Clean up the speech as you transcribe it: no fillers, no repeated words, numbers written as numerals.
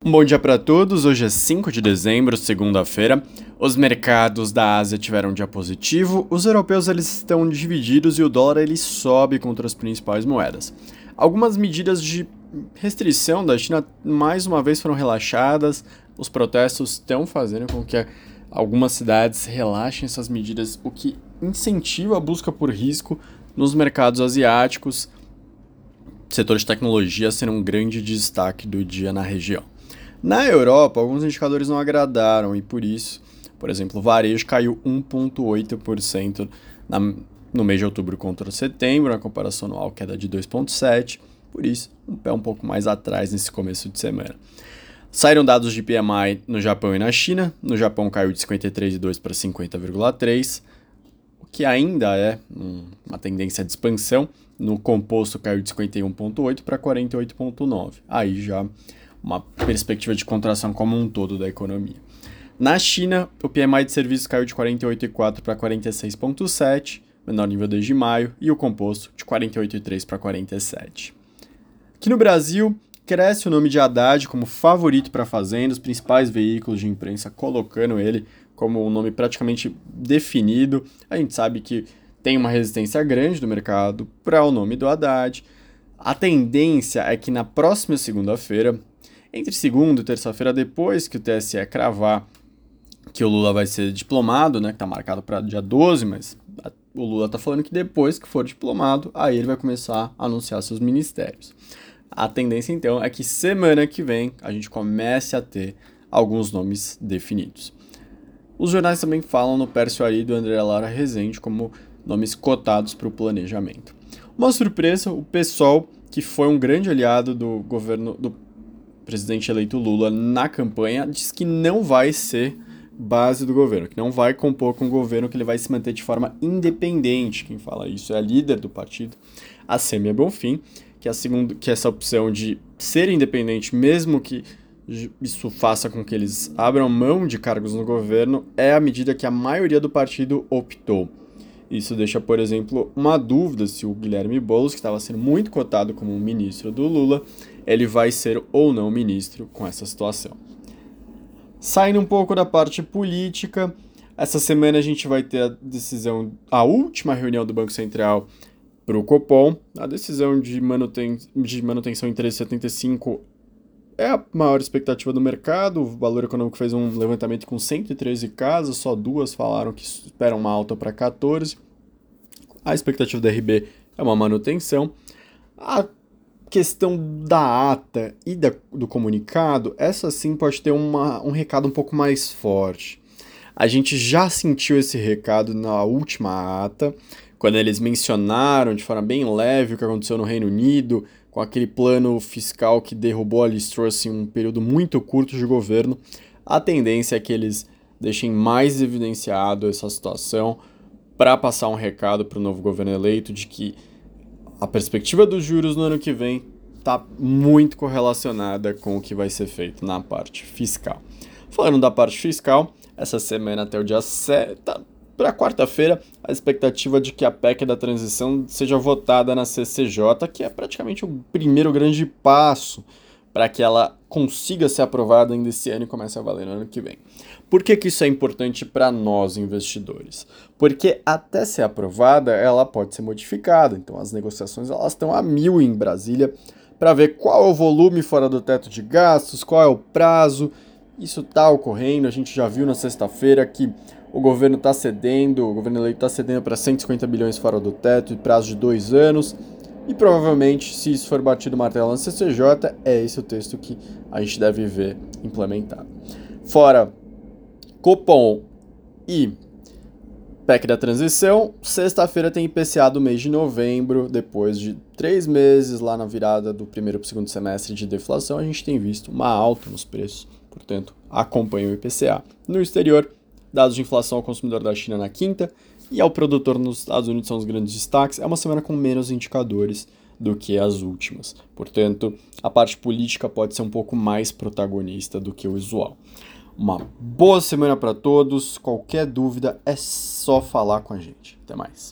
Um bom dia para todos, hoje é 5 de dezembro, segunda-feira. Os mercados da Ásia tiveram um dia positivo, os europeus eles estão divididos e o dólar ele sobe contra as principais moedas. Algumas medidas de restrição da China mais uma vez foram relaxadas, os protestos estão fazendo com que algumas cidades relaxem essas medidas, o que incentiva a busca por risco nos mercados asiáticos. O setor de tecnologia sendo um grande destaque do dia na região. Na Europa, alguns indicadores não agradaram e por isso, por exemplo, o varejo caiu 1,8% no mês de outubro contra setembro, na comparação anual queda de 2,7%, por isso um pé um pouco mais atrás nesse começo de semana. Saíram dados de PMI no Japão e na China, no Japão caiu de 53,2 para 50,3%, o que ainda é uma tendência de expansão, no composto caiu de 51,8 para 48,9, aí já uma perspectiva de contração como um todo da economia. Na China, o PMI de serviços caiu de 48,4 para 46,7, menor nível desde maio, e o composto de 48,3 para 47. Aqui no Brasil, cresce o nome de Haddad como favorito para a Fazenda, os principais veículos de imprensa colocando ele como um nome praticamente definido. A gente sabe que tem uma resistência grande do mercado para o nome do Haddad. A tendência é que na próxima segunda-feira, entre segunda e terça-feira, depois que o TSE cravar que o Lula vai ser diplomado, né, que está marcado para dia 12, mas o Lula está falando que depois que for diplomado, aí ele vai começar a anunciar seus ministérios. A tendência, então, é que semana que vem a gente comece a ter alguns nomes definidos. Os jornais também falam no Pércio Ari do André Lara Rezende como nomes cotados para o planejamento. Uma surpresa, o PSOL, que foi um grande aliado do governo do presidente eleito Lula na campanha, diz que não vai ser base do governo, que não vai compor com o governo, que ele vai se manter de forma independente. Quem fala isso é a líder do partido, a Sêmia Bonfim, que essa opção de ser independente, mesmo que isso faça com que eles abram mão de cargos no governo, é a medida que a maioria do partido optou. Isso deixa, por exemplo, uma dúvida se o Guilherme Boulos, que estava sendo muito cotado como um ministro do Lula, ele vai ser ou não ministro com essa situação. Saindo um pouco da parte política, essa semana a gente vai ter a última reunião do Banco Central para o Copom. A decisão de manutenção em 13,75 é a maior expectativa do mercado. O Valor Econômico fez um levantamento com 113 casas, só 2 falaram que esperam uma alta para 14. A expectativa da RB é uma manutenção. A questão da ata e do comunicado, essa sim pode ter um recado um pouco mais forte. A gente já sentiu esse recado na última ata, quando eles mencionaram de forma bem leve o que aconteceu no Reino Unido, com aquele plano fiscal que derrubou a Liz Truss em um período muito curto de governo. A tendência é que eles deixem mais evidenciado essa situação para passar um recado para o novo governo eleito de que a perspectiva dos juros no ano que vem está muito correlacionada com o que vai ser feito na parte fiscal. Falando da parte fiscal, essa semana até o dia 7, para quarta-feira, a expectativa de que a PEC da transição seja votada na CCJ, que é praticamente o primeiro grande passo para que ela consiga ser aprovada ainda esse ano e comece a valer no ano que vem. Por que isso é importante para nós, investidores? Porque até ser aprovada, ela pode ser modificada. Então, as negociações elas estão a 1000 em Brasília para ver qual é o volume fora do teto de gastos, qual é o prazo. Isso está ocorrendo, a gente já viu na sexta-feira que o governo está cedendo, o governo eleito está cedendo para 150 bilhões fora do teto e prazo de 2 anos. E provavelmente, se isso for batido o martelo na CCJ, é esse o texto que a gente deve ver implementado. Fora Copom e PEC da transição, sexta-feira tem IPCA do mês de novembro, depois de 3 meses lá na virada do primeiro para o segundo semestre de deflação, a gente tem visto uma alta nos preços, portanto, acompanha o IPCA. No exterior, dados de inflação ao consumidor da China na quinta e ao produtor nos Estados Unidos são os grandes destaques. É uma semana com menos indicadores do que as últimas. Portanto, a parte política pode ser um pouco mais protagonista do que o usual. Uma boa semana para todos. Qualquer dúvida é só falar com a gente. Até mais.